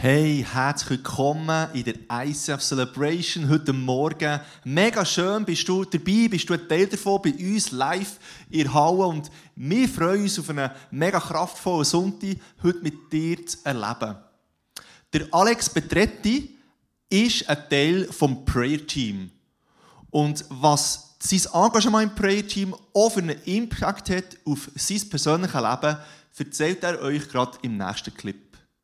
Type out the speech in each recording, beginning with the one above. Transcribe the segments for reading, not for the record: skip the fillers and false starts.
Hey, herzlich willkommen in der ICF Celebration heute Morgen. Mega schön, bist du dabei, bist du ein Teil davon, bei uns live in der Halle. Und wir freuen uns auf einen mega kraftvollen Sonntag, heute mit dir zu erleben. Der Alex Petretti ist ein Teil des Prayer Team. Und was sein Engagement im Prayer Team auch für einen Impact hat auf sein persönliches Leben, erzählt er euch gerade im nächsten Clip.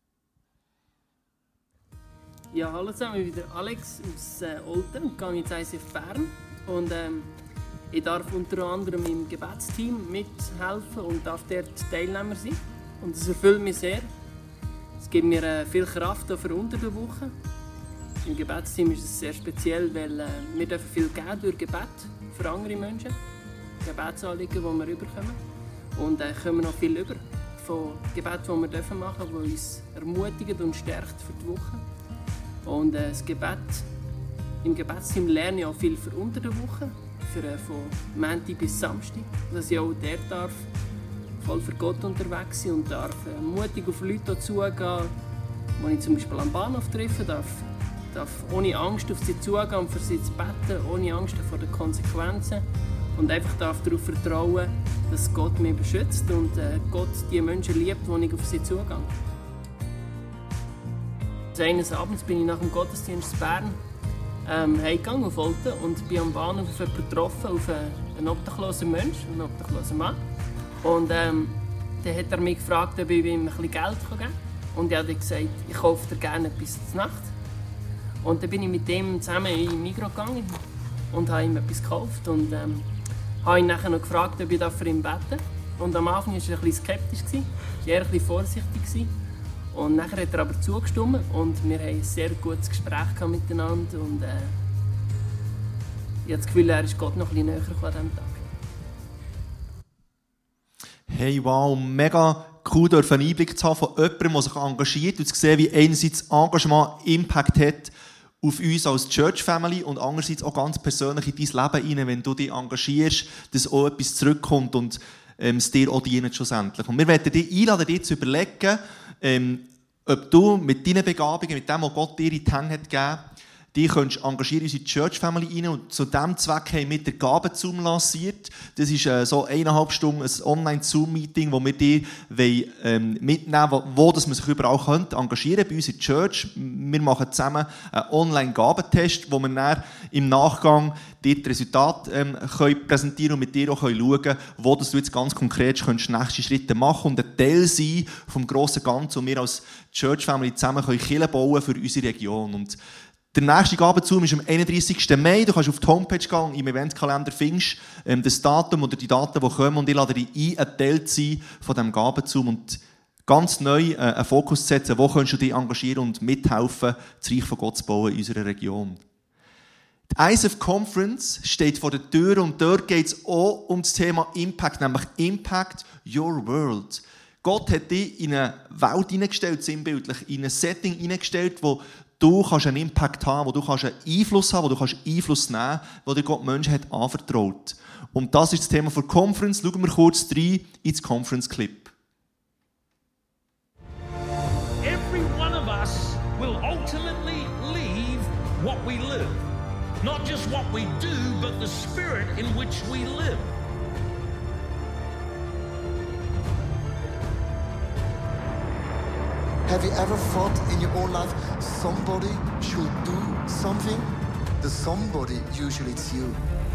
Ja, hallo zusammen, ich bin der Alex aus Olten und gehe ins ICF Bern. Und ich darf unter anderem im Gebetsteam mithelfen und darf dort Teilnehmer sein. Und das erfüllt mich sehr. Es gibt mir viel Kraft auch für unter der Woche. Im Gebetsteam ist es sehr speziell, weil wir dürfen viel geben durch Gebet für andere Menschen. Gebetsanliegen, die wir überkommen. Und kommen noch viel über von Gebet, die wir machen dürfen, die uns ermutigen und stärkt für die Woche. Und das Gebet, im Gebetsteam lerne ich auch viel für unter der Woche, von Montag bis Samstag, dass ich auch dort darf, voll für Gott unterwegs sein und darf mutig auf Leute zugehen, die ich zum Beispiel am Bahnhof treffe, darf ohne Angst auf sie zugehen und für sie zu beten, ohne Angst vor den Konsequenzen und einfach darf darauf vertrauen, dass Gott mich beschützt und Gott die Menschen liebt, die ich auf sie zugehe. Eines Abends bin ich nach dem Gottesdienst in Bern heimgegangen auf Olten und bin am Bahnhof auf jemanden getroffen, auf einen obdachlosen Mensch, einen obdachlosen Mann. Und dann hat er mich gefragt, ob ich ihm ein bisschen Geld geben kann. Und ich habe gesagt, ich kaufe dir gerne etwas zur Nacht. Und dann bin ich mit ihm zusammen in den Migros gegangen und habe ihm etwas gekauft. Und habe ihn nachher noch gefragt, ob ich für ihn beten darf. Und am Anfang war er ein bisschen skeptisch, war eher ein bisschen vorsichtig. Und nachher hat er aber zugestimmt und wir haben ein sehr gutes Gespräch miteinander. Und ich habe das Gefühl, er ist Gott noch ein bisschen näher an diesem Tag. Hey, wow, mega cool, einen Einblick zu haben von jemandem, der sich engagiert und zu sehen, wie einerseits das Engagement Impact hat auf uns als Church Family und andererseits auch ganz persönlich in dein Leben hinein, wenn du dich engagierst, dass auch etwas zurückkommt und es dir auch dient schlussendlich. Und wir werden dich einladen, dir zu überlegen, ob du mit deinen Begabungen, mit dem, was Gott dir in die Hände hat gegeben, dich engagieren in unsere Church Family rein. Und zu diesem Zweck haben wir den Gabenzoom lanciert. Das ist so 1,5 Stunden ein Online-Zoom-Meeting, wo wir dich mitnehmen wollen, wo man sich überall engagieren könnte bei uns in der Church. Wir machen zusammen einen Online-Gabentest, wo wir dann im Nachgang dir die Resultate präsentieren und mit dir auch schauen können, wo du jetzt ganz konkret nächste Schritte machen und ein Teil sein vom grossen Ganzen, und wir als Church Family zusammen Kirchen bauen für unsere Region. Und der nächste Gabenzoom ist am 31. Mai. Du kannst auf die Homepage gehen und im Eventkalender findest das Datum oder die Daten, die kommen. Und ich lade dich ein, ein Teil zu sein von diesem Gabenzoom und ganz neu einen Fokus zu setzen, wo kannst du dich engagieren und mithelfen, das Reich von Gott zu bauen in unserer Region. Die ICF Conference steht vor der Tür und dort geht es auch um das Thema Impact, nämlich Impact Your World. Gott hat dich in eine Welt hineingestellt, sinnbildlich, in ein Setting hineingestellt, wo du kannst einen Impact haben, wo du kannst einen Einfluss haben, wo du kannst Einfluss nehmen, wo dir Gott Menschen hat anvertraut. Und das ist das Thema der Conference. Schauen wir kurz rein ins Conference-Clip. Every one of us will ultimately leave what we live. Not just what we do, but the spirit in which we live. Have you ever thought in your own life somebody should do something? The somebody, usually it's you.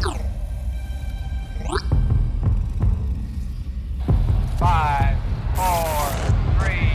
5, 4, 3, 2, 1.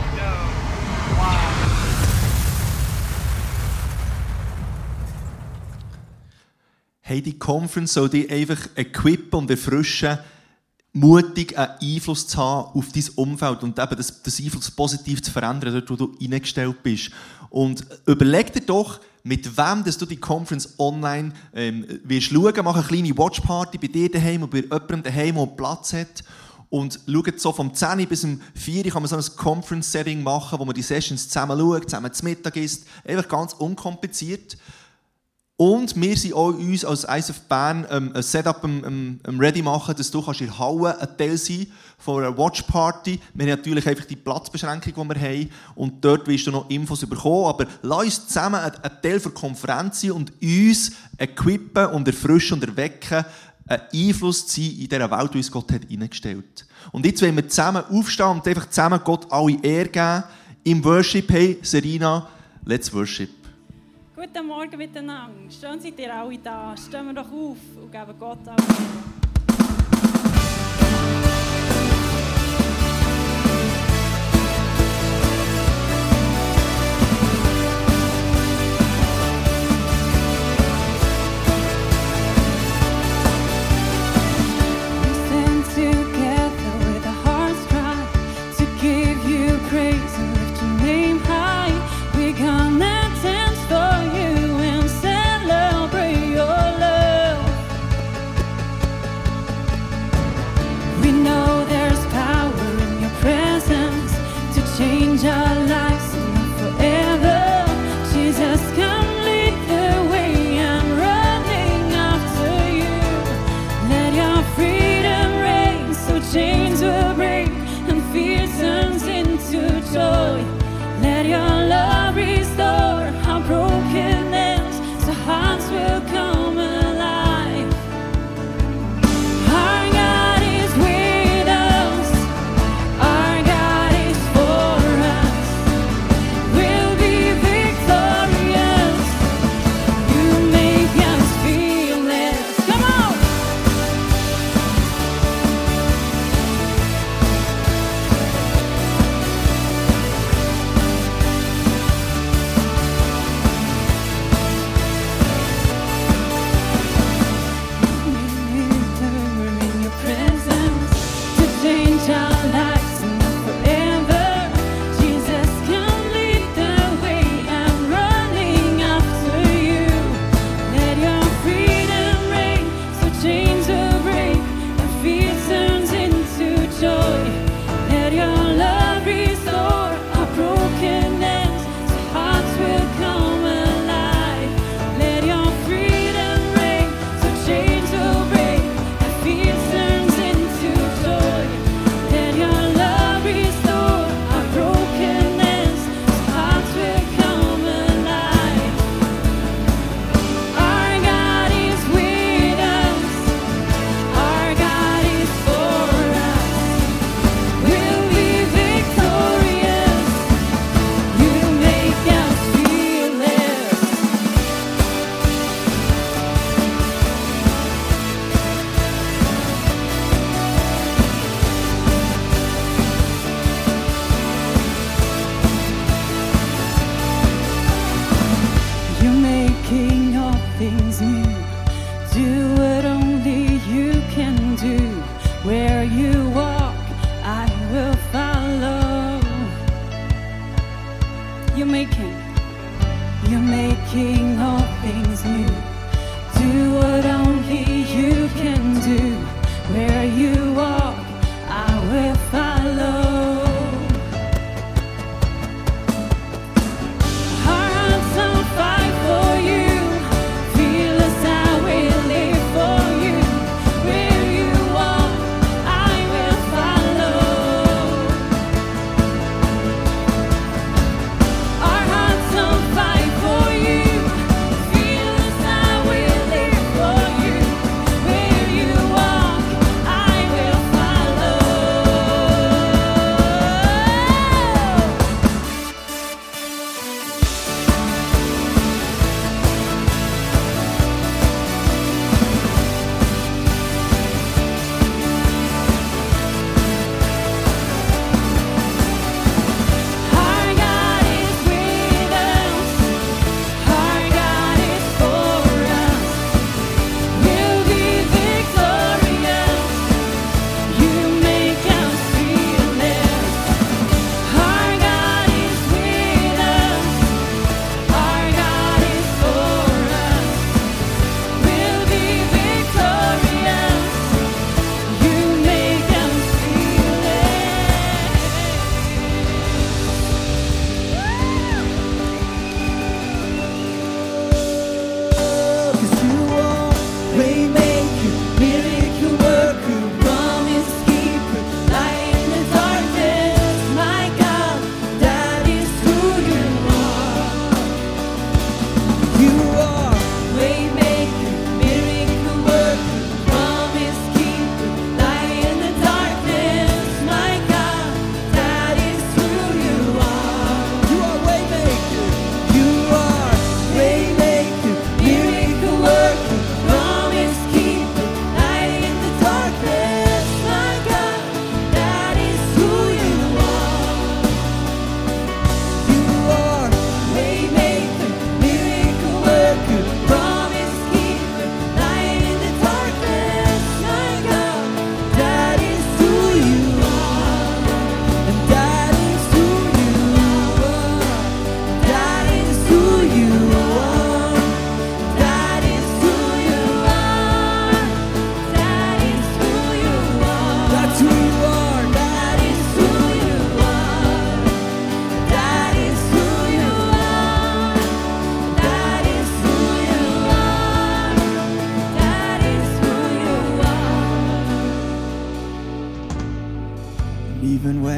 Hey, die Conference soll dich einfach equippen und erfrischen, mutig einen Einfluss zu haben auf dein Umfeld und eben das Einfluss positiv zu verändern, dort wo du eingestellt bist. Und überleg dir doch, mit wem dass du die Conference online wirst schauen. Mach eine kleine Watchparty bei dir daheim und bei jemandem daheim, der Platz hat. Und schau so vom 10 bis 4 kann man so ein Conference-Setting machen, wo man die Sessions zusammen schaut, zusammen zu Mittag isst. Einfach ganz unkompliziert. Und wir sind auch uns als ISF Bern ein Setup ready machen, dass du in der Halle ein Teil sein von einer Watchparty. Wir haben natürlich einfach die Platzbeschränkung, die wir haben. Und dort wirst du noch Infos bekommen. Aber lass uns zusammen ein Teil der Konferenz sein und uns equippen und erfrischen und erwecken, einen Einfluss zu sein in dieser Welt, die uns Gott hat hineingestellt hat. Und jetzt wollen wir zusammen aufstehen und einfach zusammen Gott alle Ehre geben. Im Worship, hey Serena, let's worship. Guten Morgen miteinander. Schön seid ihr alle da. Stehen wir doch auf und geben Gott alle Ehre.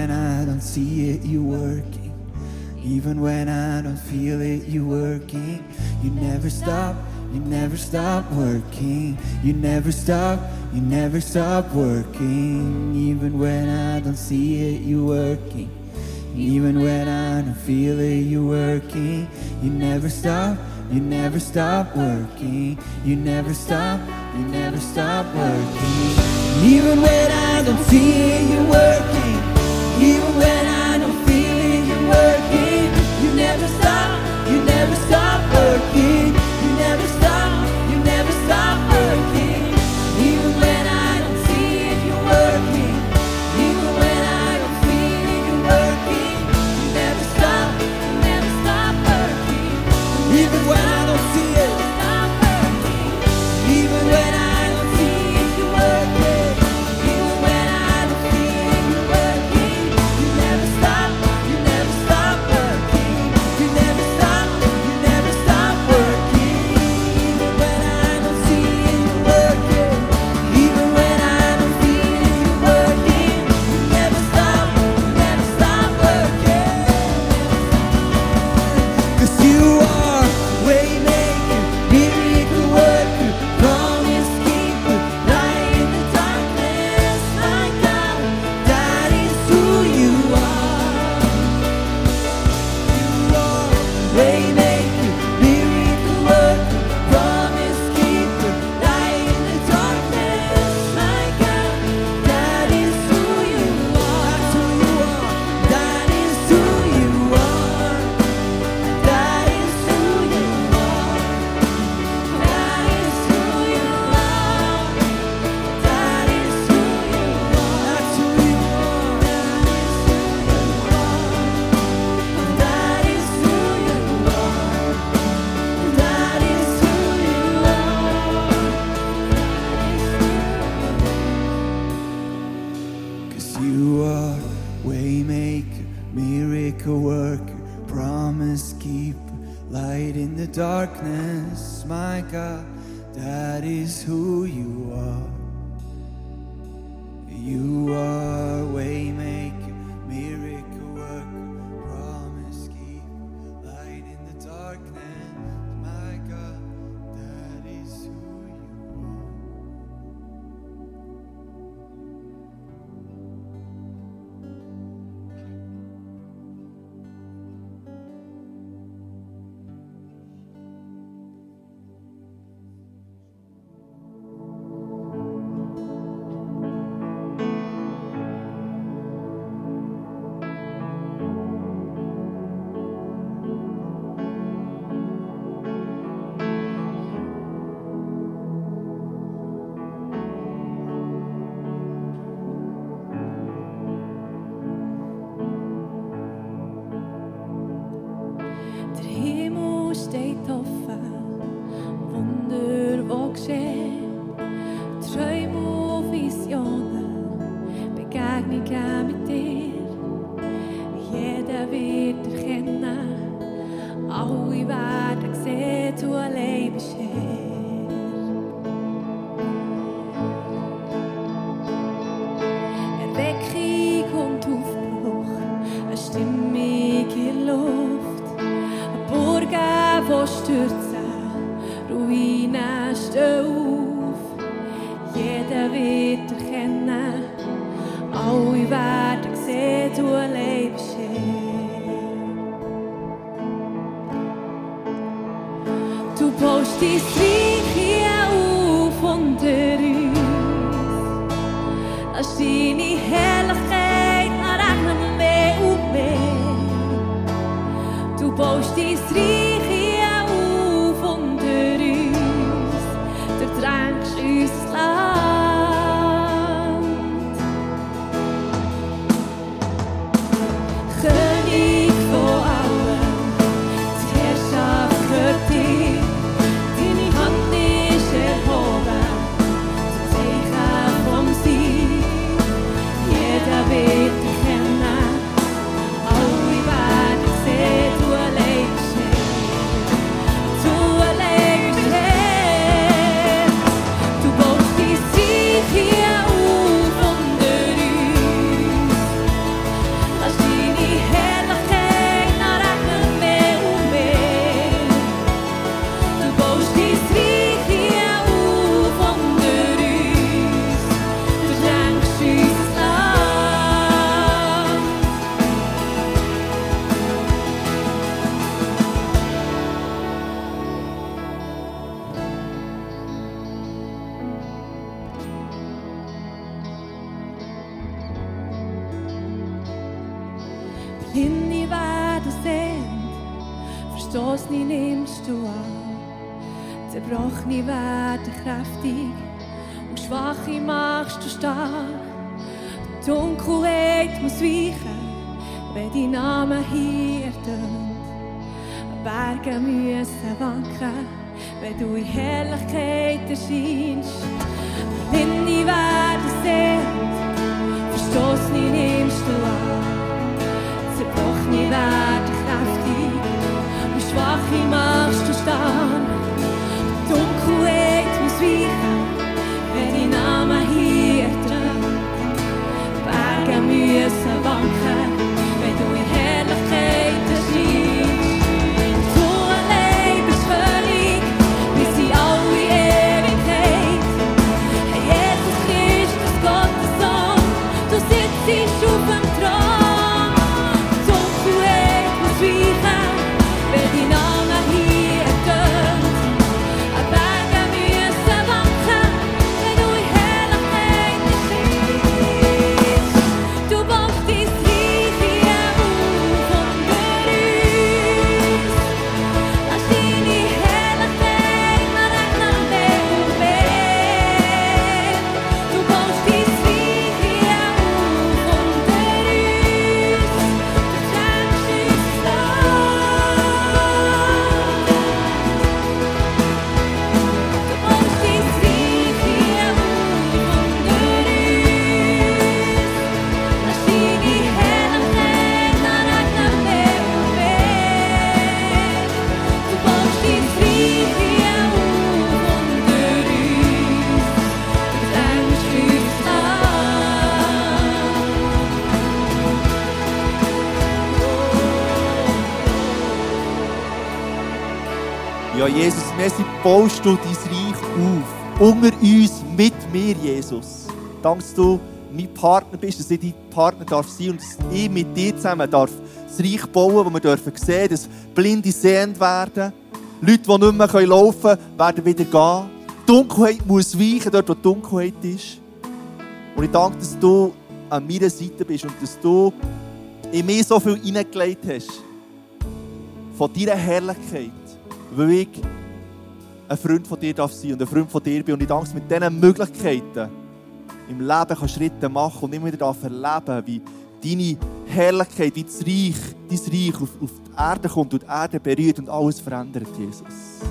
when I don't see it, you're working. Even when I don't feel it, you're working. You never stop working. You never stop working. Even when I don't see it, you're working. Even when I don't feel it, you're working. You never stop working. You never stop working. Even when I don't see it, you're working. Even when I don't feel it, you're working. You never stop working. You never stop working. Even when I don't see it, you're working. Even when I don't feel it, you're working. You never stop working. Even when I don't see it, stop working. Even when I don't see it, you're working. Even when I don't feel it, you're working. You never stop working. You never stop working. Even when I don't see it, you're working. Even when I don't feel it, you're working. You never stop working. 'Cause you are waymaker, miracle worker, promise keeper, light in the darkness. My God, that is who you are. You are waymaker, miracle worker, promise keeper, light in the darkness. My God, that is who you are. That is who you are. That is who you are. That is who you are. That is who you are. That's who you are. That is who you are. That is who you are. 'Cause you are waymaker, miracle worker, promise keeper, light in the darkness. My God, that is who you are. You are waymaker, miracle worker, promise keeper, light in the darkness. My God, that is who you are. Der Himmel steht offen, Wunder, wo geschehen, Träume und Visionen, Begegnungen mit dir. Jeder wird erkennen, alle werden sehen, du allein bist Herr. Erweckung und Aufbruch, eine Stimmung in der Luft, Burgen, die stürzen, Ruinen stehen auf. Jeder wird erkennen, alle werden sehen, du allein bist Herr. Du baust dein Reich hier auf unter uns. Lass deine Herrlichkeit regnen mehr und mehr. Du baust dein Reich hier auf unter uns. Durchtränkst unser Land. König von allen, die Herrschaft gehört dir. Deine Hand ist erhoben, zum Zeichen vom Sieg. Blinde werden sehend, Verstoßene nimmst du an. Zerbrochene werden kräftig und Schwache machst du stark. Die Dunkelheit muss weichen, wenn dein Name hier ertönt. Berge müssen wanken, wenn du in Herrlichkeit erscheinst. Blinde werden sehend, Verstoßene nimmst du an. Zerbrochene werden kräftig und Schwache machst du stark. Die Dunkelheit muss weichen, wenn dein Name hier ertönt. Berge müssen wanken, wenn du in Herrlichkeit erscheinst. Du allein bist völlig, wir sind alle Ewigkeit. Herr Jesus Christus, Gottes Sohn, du sitzt auf dem Thron. Die Dunkelheit muss weichen, wenn dein Name hier ertönt. Berge müssen wanken, wenn du in Herrlichkeit erscheinst. Du baust dein Reich hier auf unter uns. Lass deine Herrlichkeit nach regnen mehr und mehr. Du baust dein Reich hier auf unter uns. Du schenkst uns Land. Du baust dein Reich hier auf unter uns. Lass deine Herrlichkeit nach regnen mehr und mehr. Du baust dein Reich hier auf unter uns. Du schenkst uns Ja, Jesus, merci, baust du dein Reich auf. Unter uns, mit mir, Jesus. Danke, dass du mein Partner bist, dass ich dein Partner darf sein und dass ich mit dir zusammen darf das Reich bauen, wo wir dürfen sehen, dass Blinde sehend werden. Leute, die nicht mehr laufen können, werden wieder gehen. Die Dunkelheit muss weichen, dort wo die Dunkelheit ist. Und ich danke, dass du an meiner Seite bist und dass du in mir so viel hineingelegt hast. Von deiner Herrlichkeit. Weil ich ein Freund von dir darf sein und ein Freund von dir bin. Und ich danke, dass mit diesen Möglichkeiten im Leben kann Schritte machen und immer wieder darf erleben, wie deine Herrlichkeit, wie dein Reich auf die Erde kommt und die Erde berührt und alles verändert, Jesus.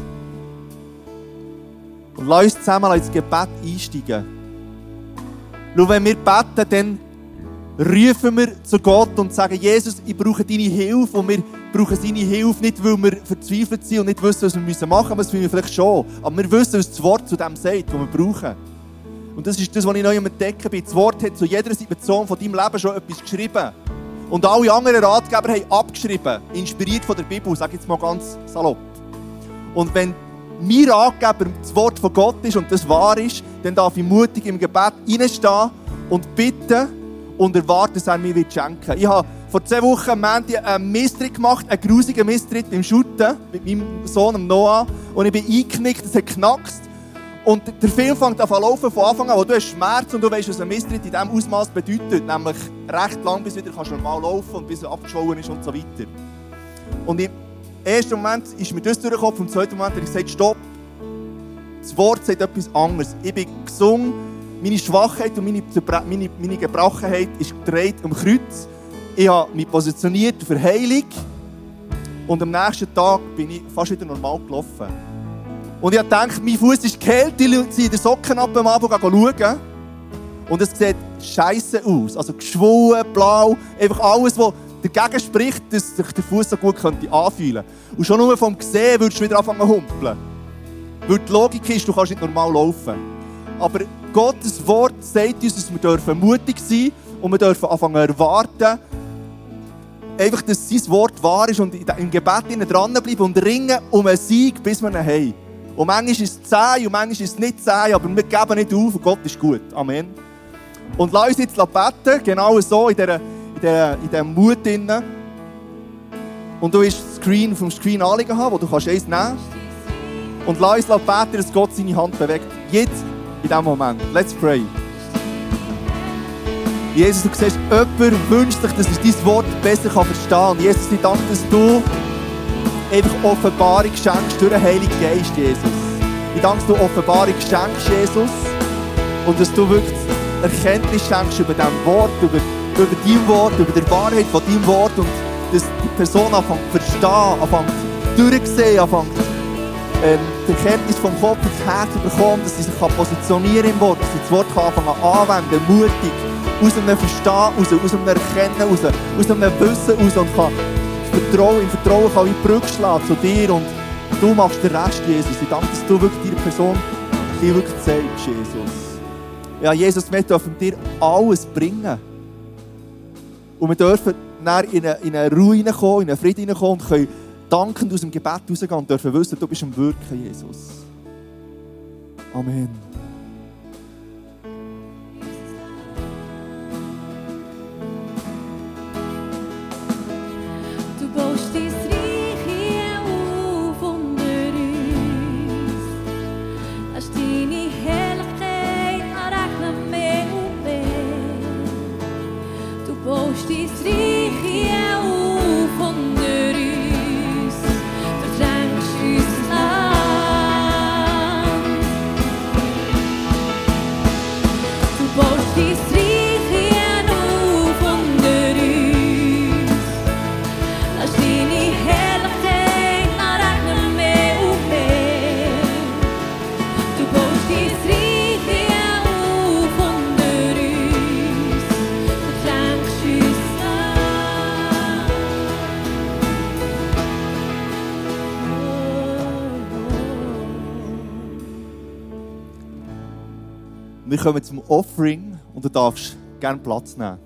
Und lass uns zusammen ins Gebet einsteigen. Schau, wenn wir beten, dann rufen wir zu Gott und sagen, Jesus, ich brauche deine Hilfe. Und wir brauchen seine Hilfe nicht, weil wir verzweifelt sind und nicht wissen, was wir machen müssen, aber das finden wir vielleicht schon. Aber wir wissen, was das Wort zu dem sagt, was wir brauchen. Und das ist das, was ich neu am Entdecken bin. Das Wort hat zu jeder Situation von deinem Leben schon etwas geschrieben. Und alle anderen Ratgeber haben abgeschrieben, inspiriert von der Bibel, sage ich jetzt mal ganz salopp. Und wenn mein Ratgeber das Wort von Gott ist und das wahr ist, dann darf ich mutig im Gebet reinstehen und bitten und erwarten, dass er mir schenken wird. Ich habe vor 2 Wochen am Montag einen Misstritt gemacht, einen grusigen Misstritt beim Shooten mit meinem Sohn Noah. Und ich bin eingeknickt, es hat geknackst. Und der Film fängt an zu laufen von Anfang an, wo du hast Schmerz und du weißt, was ein Misstritt in diesem Ausmaß bedeutet. Nämlich recht lang, bis wieder normal laufen und bis er abgeschwollen ist und so weiter. Und im ersten Moment ist mir das durch den Kopf, und im zweiten Moment habe ich gesagt, stopp. Das Wort sagt etwas anderes. Ich bin gesungen, meine Schwachheit und meine Gebrochenheit ist gedreht am Kreuz. Ich habe mich positioniert für Heilung. Und am nächsten Tag bin ich fast wieder normal gelaufen. Und ich habe gedacht, mein Fuß ist geheilt, ich ziehe den Socken ab am Abend schauen. Und es sieht scheisse aus. Also geschwollen, blau, einfach alles, was dagegen spricht, dass sich der Fuß so gut anfühlen könnte. Und schon nur vom Sehen würdest du wieder anfangen zu humpeln. Weil die Logik ist, du kannst nicht normal laufen. Aber Gottes Wort sagt uns, dass wir mutig sein dürfen und wir dürfen anfangen zu erwarten, einfach, dass sein Wort wahr ist und im Gebet dranbleiben und ringen um einen Sieg, bis wir ihn haben. Und manchmal ist es zäh und manchmal ist es nicht zäh, aber wir geben nicht auf und Gott ist gut. Amen. Und lass uns jetzt beten, genau so, in diesem Mut drin. Und du wirst vom Screen Anliegen haben, wo du eins nehmen kannst. Und lass uns beten, dass Gott seine Hand bewegt. Jetzt, in diesem Moment. Let's pray. Jesus, du siehst, jemand wünscht sich, dass er dein Wort besser verstehen kann. Und Jesus, ich danke, dass du einfach Offenbarung schenkst durch den Heiligen Geist, Jesus. Ich danke, dass du Offenbarung schenkst, Jesus. Und dass du wirklich Erkenntnis schenkst über dein Wort, über dein Wort, über die Wahrheit von deinem Wort. Und dass die Person anfängt zu verstehen, anfängt durchzusehen, anfängt die Erkenntnis vom Kopf ins Herz zu bekommen, dass sie sich positionieren im Wort, dass sie das Wort anfangen anwenden, mutig, aus einem Verstehen, aus einem Erkennen, aus einem Wissen raus und kann im Vertrauen kann wie Brücke schlagen zu dir und du machst den Rest, Jesus. Ich danke, dass du wirklich deiner Person dir wirklich zeigst, Jesus. Ja, Jesus, wir dürfen dir alles bringen. Und wir dürfen dann in eine Ruhe hineinkommen, in einen Frieden hineinkommen und können dankend aus dem Gebet rausgehen und dürfen wissen, du bist am Wirken, Jesus. Amen. Du baust dein Reich hier auf unter uns. Lass deine Herrlichkeit anrechnen mehr und mehr. Du baust dein Reich hier auf unter uns. Verdrängst unser Land. Du baust dein Reich hier auf unter uns. Lass deine Herrlichkeit anrechnen mehr und mehr. Du baust dein Reich hier auf unter uns. Verdrängst unser Land. Wir kommen zum Offering und du darfst gerne Platz nehmen.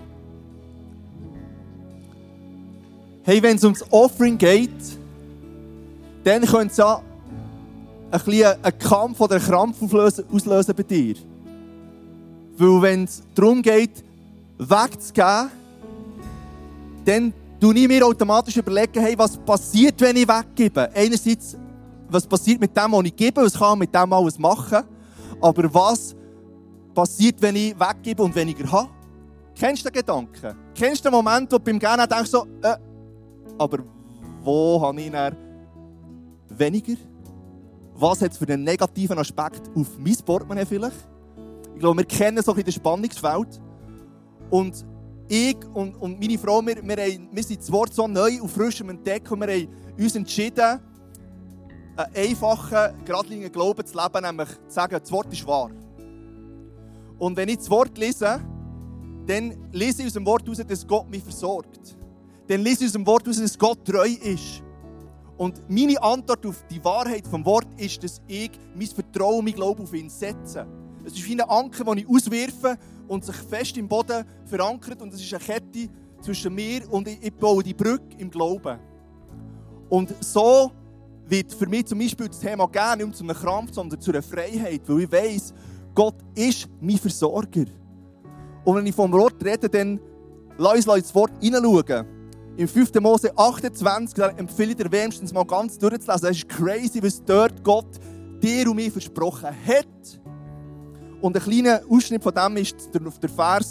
Hey, wenn es ums Offering geht, dann könnte es ja einen Kampf oder einen Krampf auslösen bei dir. Weil wenn es darum geht, wegzugeben, dann überlege ich mir automatisch, hey, was passiert, wenn ich weggebe? Einerseits, was passiert mit dem, was ich gebe, was kann ich mit dem alles machen? Aber was passiert, wenn ich weggebe und weniger habe? Kennst du den Gedanken? Kennst du den Moment, wo du beim Gehen denkst, so, aber wo habe ich dann weniger? Was hat es für einen negativen Aspekt auf mein Portemonnaie vielleicht? Ich glaube, wir kennen so ein bisschen das Spannungsfeld. Und ich und meine Frau, wir sind das Wort so neu und frisch am Entdecken und wir haben uns entschieden, einen einfachen, geradlinigen Glauben zu leben, nämlich zu sagen, das Wort ist wahr. Und wenn ich das Wort lese, dann lese ich aus dem Wort heraus, dass Gott mich versorgt. Dann lese ich aus dem Wort heraus, dass Gott treu ist. Und meine Antwort auf die Wahrheit vom Wort ist, dass ich mein Vertrauen, mein Glauben auf ihn setze. Es ist wie ein Anker, den ich auswerfe und sich fest im Boden verankert. Und es ist eine Kette zwischen mir und ich baue die Brücke im Glauben. Und so wird für mich zum Beispiel das Thema gehen, nicht um zu einem Krampf, sondern zu einer Freiheit. Weil ich weiss, Gott ist mein Versorger. Und wenn ich vom Wort rede, dann lass uns ins Wort hineinschauen. Im 5. Mose 28 empfehle ich dir wärmstens mal ganz durchzulesen. Es ist crazy, was dort Gott dir und mir versprochen hat. Und ein kleiner Ausschnitt von dem ist auf der Vers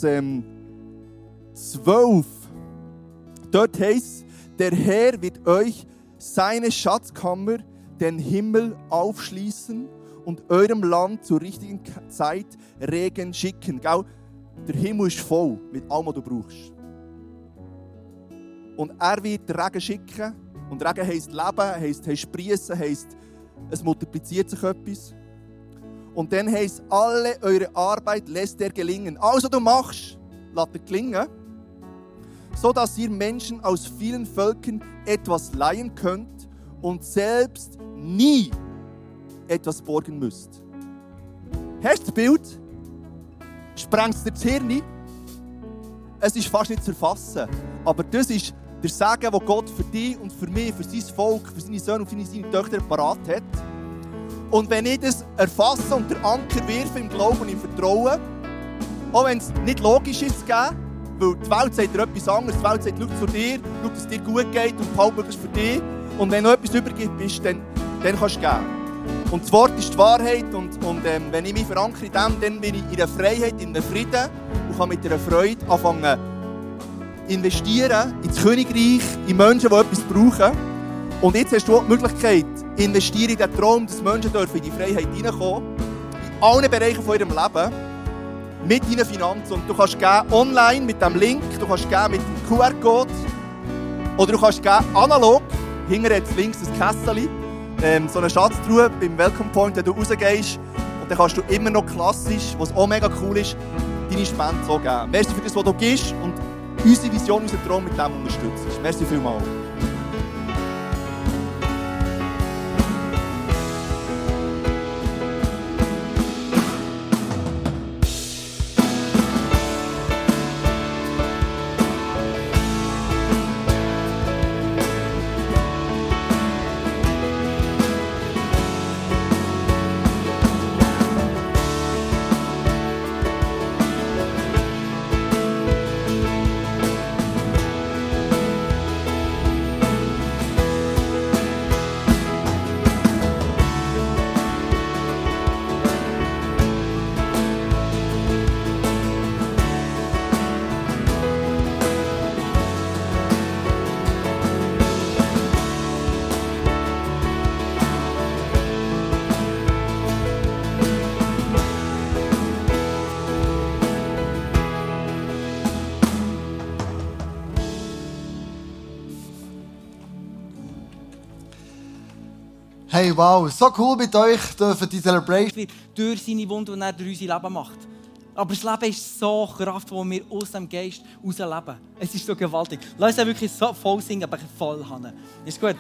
12. Dort heisst es, der Herr wird euch seine Schatzkammer, den Himmel, aufschließen und eurem Land zur richtigen Zeit Regen schicken. Gell? Der Himmel ist voll mit allem, was du brauchst. Und er wird den Regen schicken. Und Regen heisst Leben, heisst Sprießen, heisst, es multipliziert sich etwas. Und dann heisst, alle eure Arbeit lässt er gelingen. Also du machst, lass er gelingen, sodass ihr Menschen aus vielen Völkern etwas leihen könnt und selbst nie etwas borgen müsst. Hast du das Bild? Sprengt es dir das Hirn? Es ist fast nicht zu erfassen. Aber das ist der Segen, den Gott für dich und für mich, für sein Volk, für seine Söhne und für seine Töchter parat hat. Und wenn ich das erfasse und den Anker wirfe im Glauben und im Vertrauen, auch wenn es nicht logisch ist zu geben, weil die Welt sagt dir etwas anderes, die Welt sagt, schau zu dir, schau, dass es dir gut geht und behalte möglichst für dich. Und wenn noch etwas übergibt bist, dann kannst du geben. Und das Wort ist die Wahrheit und wenn ich mich verankere in dem, dann bin ich in der Freiheit, in der Frieden und kann mit einer Freude anfangen investieren ins Königreich, in Menschen, die etwas brauchen. Und jetzt hast du auch die Möglichkeit, investieren in den Traum, dass Menschen in die Freiheit hineinkommen in allen Bereichen von ihrem Leben, mit deinen Finanzen. Und du kannst geben online mit dem Link, du kannst geben mit dem QR-Code oder du kannst geben analog. Hinten hat es links ein Kästchen, so eine Schatztruhe beim Welcome Point, wenn du rausgehst. Und dann kannst du immer noch klassisch, was auch mega cool ist, deine Spende so geben. Merci für das, was du gibst und unsere Vision, unseren Traum mit dem unterstützt. Merci vielmals. Hey, wow, so cool mit euch dürfen die Celebration. Durch seine Wunden, die er durch unser Leben macht. Aber das Leben ist so kraftvoll, wo wir aus dem Geist herausleben. Es ist so gewaltig. Lass uns wirklich so voll singen, aber voll haben. Ist gut?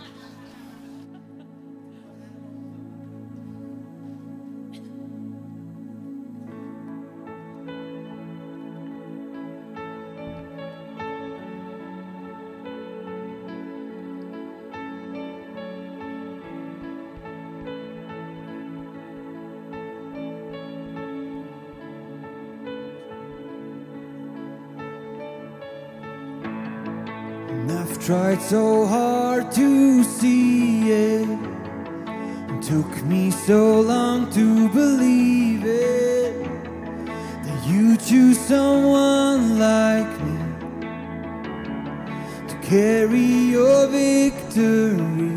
I've tried so hard to see it. It took me so long to believe it. That you choose someone like me to carry your victory.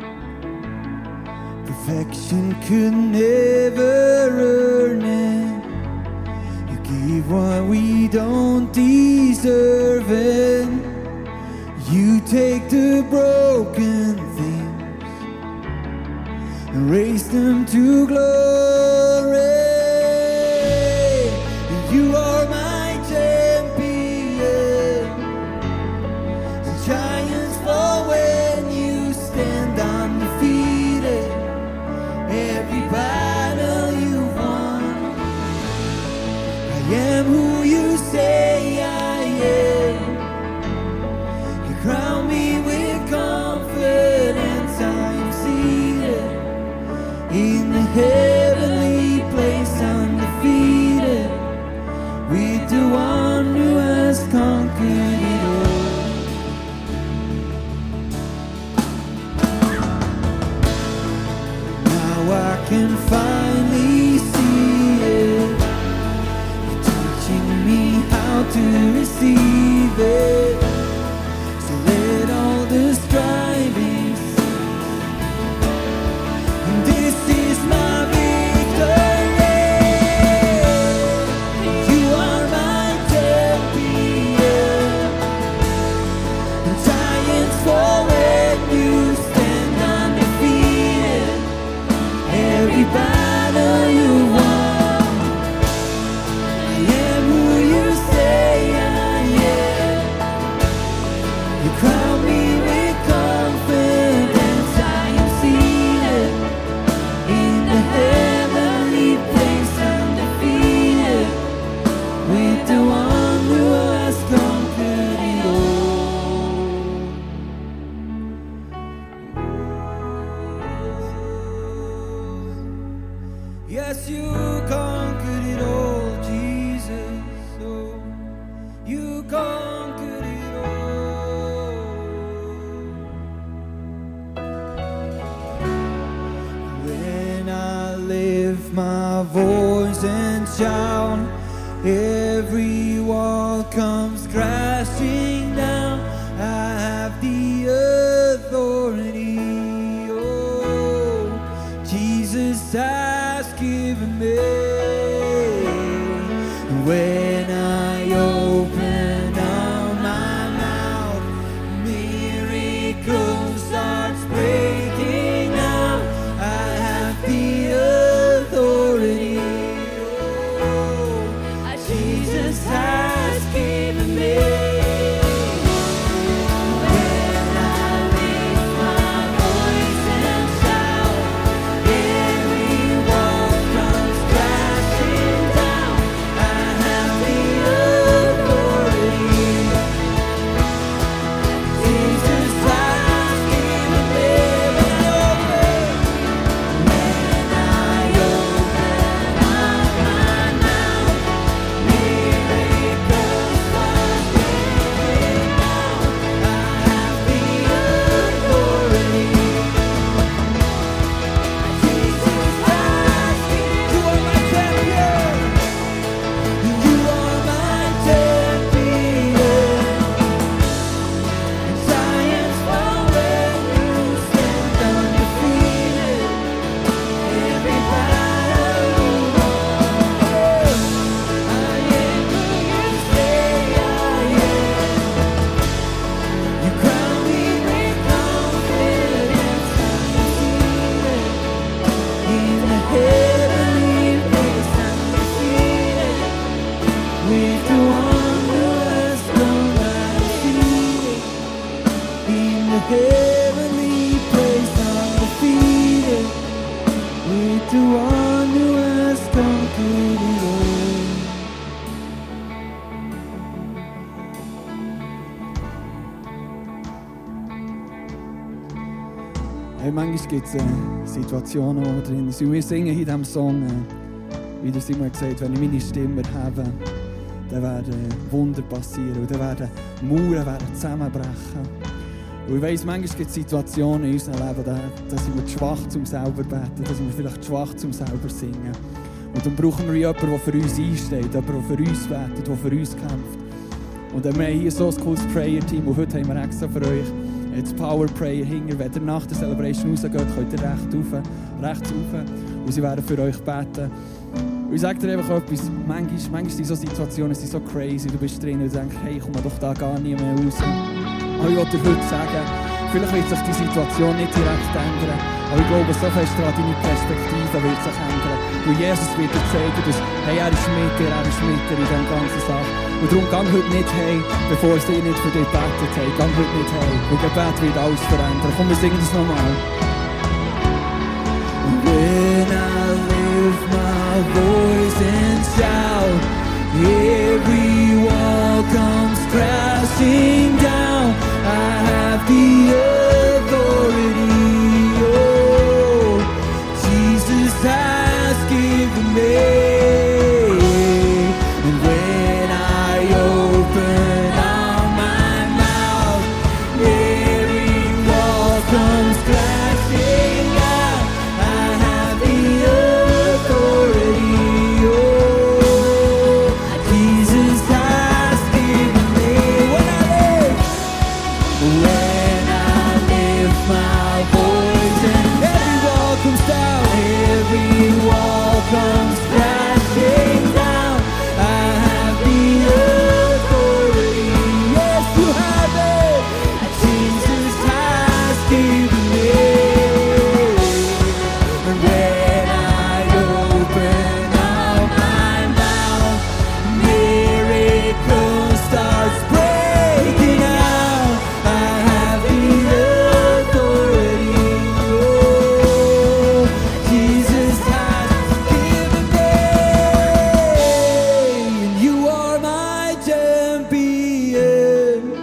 Perfection could never earn it. You give what we don't deserve it. You take the broken things and raise them to glory. You are my champion. The giants fall when you stand undefeated. Every battle you won. I am who you say I am. Crown me with confidence, I am seated in the heavenly place, undefeated, with the one who has conquered it all. Now I can finally see it. You're teaching me how to receive it. Let all the striving cease. This is my victory. You are my champion. And giants fall when you stand undefeated. Every battle you won. I am who you say I am. You crown me with confidence, I am seated in the heavenly place, undefeated, with the one who has conquered it all. Yes, you conquered it all, Jesus. Oh, you conquered it all. heavenly place undefeated, with the one who has conquered it all. Hey, manchmal gibt es Situationen, wo wir drin sind. Wir singen in diesem Song, wie der Simon gesagt hat, wenn ich meine Stimme erhebe, dann werden Wunder passieren und dann werden Mauern zusammenbrechen. Und ich weiss, manchmal gibt es Situationen in unserem Leben, da sind wir zu schwach, um selber zu beten, da sind wir vielleicht zu schwach, um selber zu singen. Und dann brauchen wir jemanden, der für uns einsteht, jemanden, der für uns betet, der für uns kämpft. Und wir haben hier so ein cooles Prayer-Team und heute haben wir extra für euch jetzt Power Prayer hinter. Wenn ihr nach der Celebration rausgeht, könnt ihr rechts rauf und sie werden für euch beten. Und ich sage dir einfach etwas, manchmal sind so Situationen so crazy, du bist drin und denkst, hey, ich komme doch da gar nie mehr raus. Aber ich wollte dir heute sagen, vielleicht wird sich die Situation nicht direkt ändern, aber ich glaube, so fest daran, deine Perspektive wird sich ändern. Und Jesus wird dir zeigen, dass hey, er ist mit dir in dieser ganzen Sache. Und darum gang heute nicht heim, bevor sie nicht für dich gebetet haben. Gang heute nicht heim. Und Gebet wird alles verändern. Komm, wir singen das nochmal. When I lift my voice and shout, every wall comes crashing down. I have the authority, oh, Jesus has given me. And when I open up my mouth, every wall comes crashing down. I have the authority, oh, Jesus has given me. When I lift my voice and every wall comes down, every wall comes crashing down. I have the authority, yes you have it, Jesus has given me. And when I open up my mouth, miracles starts breaking out. I have the authority, oh, Jesus has given me. And you are my champion.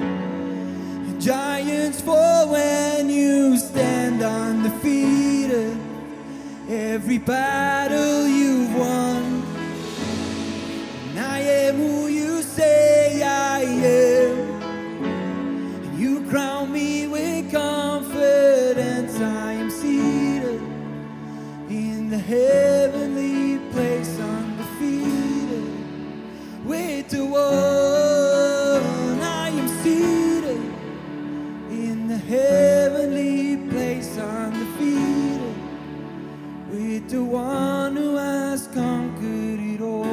Giants fall when you stand undefeated. Every battle you've won, and I am who you say I am. And you crown me with confidence. I am seated in the heavenly place, undefeated with the one. I am seated in the heavenly place, undefeated with the one who has conquered it all.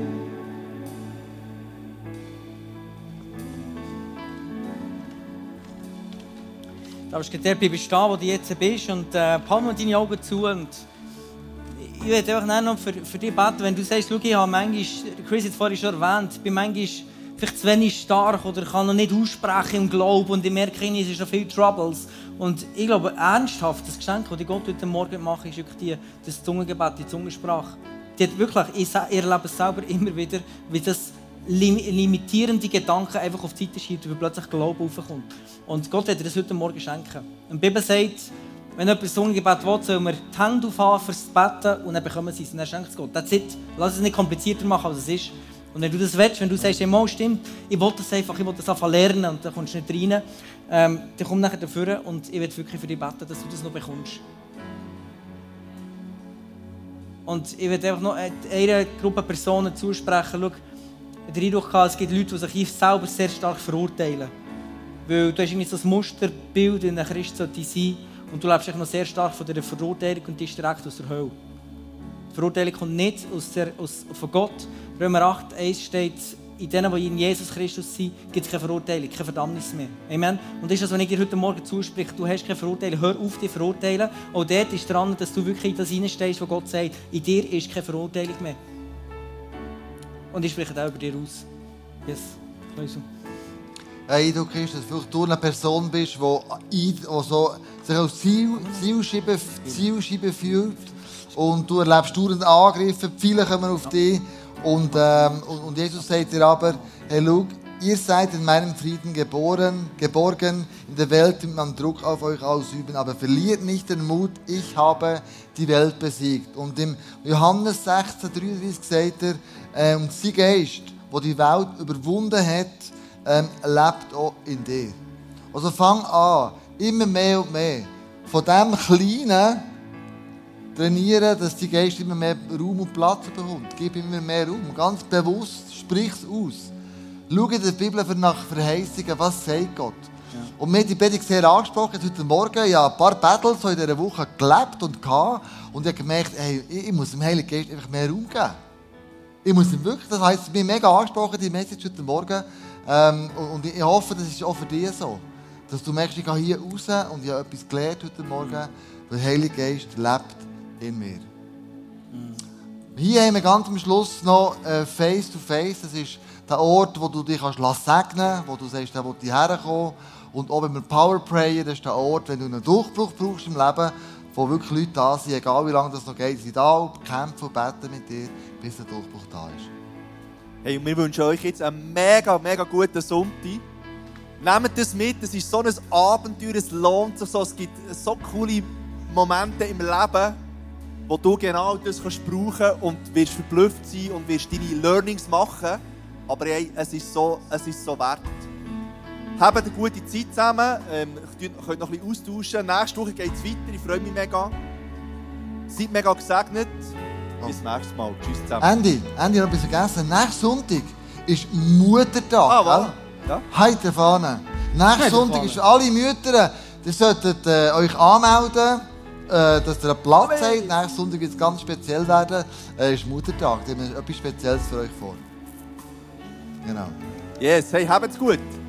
Du darfst dort bleiben stehen, wo du jetzt bist und halt mal deine Augen zu. Und ich werde einfach noch für dich beten, wenn du sagst, schau, ich habe manchmal, Chris hat es vorhin schon erwähnt, bin manchmal vielleicht zu wenig stark oder kann noch nicht aussprechen im Glauben und ich merke, es ist noch viel Troubles. Und ich glaube, ernsthaft, das Geschenk, das Gott heute Morgen macht, ist wirklich das Zungengebet, die Zungensprache. Die hat wirklich, ich erlebe es selber immer wieder, wie das limitierende Gedanken einfach auf die Seite schiebt und plötzlich Glauben aufkommt. Und Gott wird dir das heute Morgen schenken. Und die Bibel sagt, wenn jemand das Zungengebet will, soll man die Hände aufhaben fürs Beten und dann bekommen sie es und dann schenkt es Gott. That's it. Lass es nicht komplizierter machen, als es ist. Und wenn du das willst, wenn du sagst, hey, mal stimmt, ich will das einfach lernen und dann kommst du nicht rein, dann komm nachher dafür und ich will wirklich für dich beten, dass du das noch bekommst. Und ich will einfach noch einer Gruppe Personen zusprechen, schau, den Eindruck gehabt, es gibt Leute, die sich selber sehr stark verurteilen. Weil du hast irgendwie so ein Musterbild, in einem Christ sollte sein und du lebst noch sehr stark von dieser Verurteilung und die ist direkt aus der Hölle. Die Verurteilung kommt nicht von Gott. Römer 8,1 steht, in denen, die in Jesus Christus sind, gibt es keine Verurteilung, keine Verdammnis mehr. Amen. Und das ist das, was ich dir heute Morgen zuspreche. Du hast keine Verurteilung. Hör auf, dich verurteilen. Auch dort ist dran, dass du wirklich in das hineinstehst, wo Gott sagt, in dir ist keine Verurteilung mehr. Und ich spreche auch über dir aus. Yes. Also. Eindruck ist, dass du eine Person bist, die so sich als Zielscheibe fühlt. Und du erlebst dauernd Angriffe, die Pfeile kommen auf dich. Und Jesus sagt dir aber, hey, schau, ihr seid in meinem Frieden geborgen. In der Welt wird man Druck auf euch ausüben, aber verliert nicht den Mut, ich habe die Welt besiegt. Und im Johannes 16,33 sagt er, und sein Geist, der die Welt überwunden hat, lebt auch in dir. Also fang an, immer mehr und mehr von dem Kleinen trainieren, dass die Geist immer mehr Raum und Platz bekommt. Gib immer mehr Raum. Ganz bewusst, sprich es aus. Schau in der Bibel nach Verheißungen, was sagt Gott. Ja. Und mir hat die Predigt sehr angesprochen. Heute Morgen, ich habe ein paar Battles in dieser Woche gelebt und gehabt. Und ich habe gemerkt, hey, ich muss dem Heiligen Geist einfach mehr Raum geben. Ich muss ihm wirklich, das heisst, mir mega angesprochen, die Message heute Morgen. Und ich hoffe, das ist auch für dich so. Dass du merkst, ich gehe hier raus und ich habe etwas gelernt heute Morgen, weil der Heilige Geist lebt in mir. Hier haben wir ganz am Schluss noch Face to Face. Das ist der Ort, wo du dich segnen kannst, wo du sagst, da will ich herkommen. Und auch wenn wir Power Prayer, das ist der Ort, wenn du einen Durchbruch brauchst im Leben, wo wirklich Leute da sind, egal wie lange das noch geht, sind da und kämpfen und beten mit dir, bis der Durchbruch da ist. Hey, und wir wünschen euch jetzt einen mega, mega guten Sonntag. Nehmt das mit, es ist so ein Abenteuer, es lohnt sich so, es gibt so coole Momente im Leben, wo du genau das brauchen kannst und wirst verblüfft sein und wirst deine Learnings machen. Aber hey, es ist so wert. Habt eine gute Zeit zusammen, könnt noch ein bisschen austauschen. Nächste Woche geht es weiter, ich freue mich mega. Seid mega gesegnet. Bis nächstes Mal. Tschüss zusammen. Andy, noch etwas vergessen. Nächsten Sonntag ist Muttertag. Wow. Ja. Heute Fahne. Nächsten Sonntag ist für alle Mütter. Ihr solltet euch anmelden, dass ihr einen Platz habt. Nächsten Sonntag wird es ganz speziell werden. Ist Muttertag. Da haben wir etwas Spezielles für euch vor. Genau. Yes, hey, habt's gut.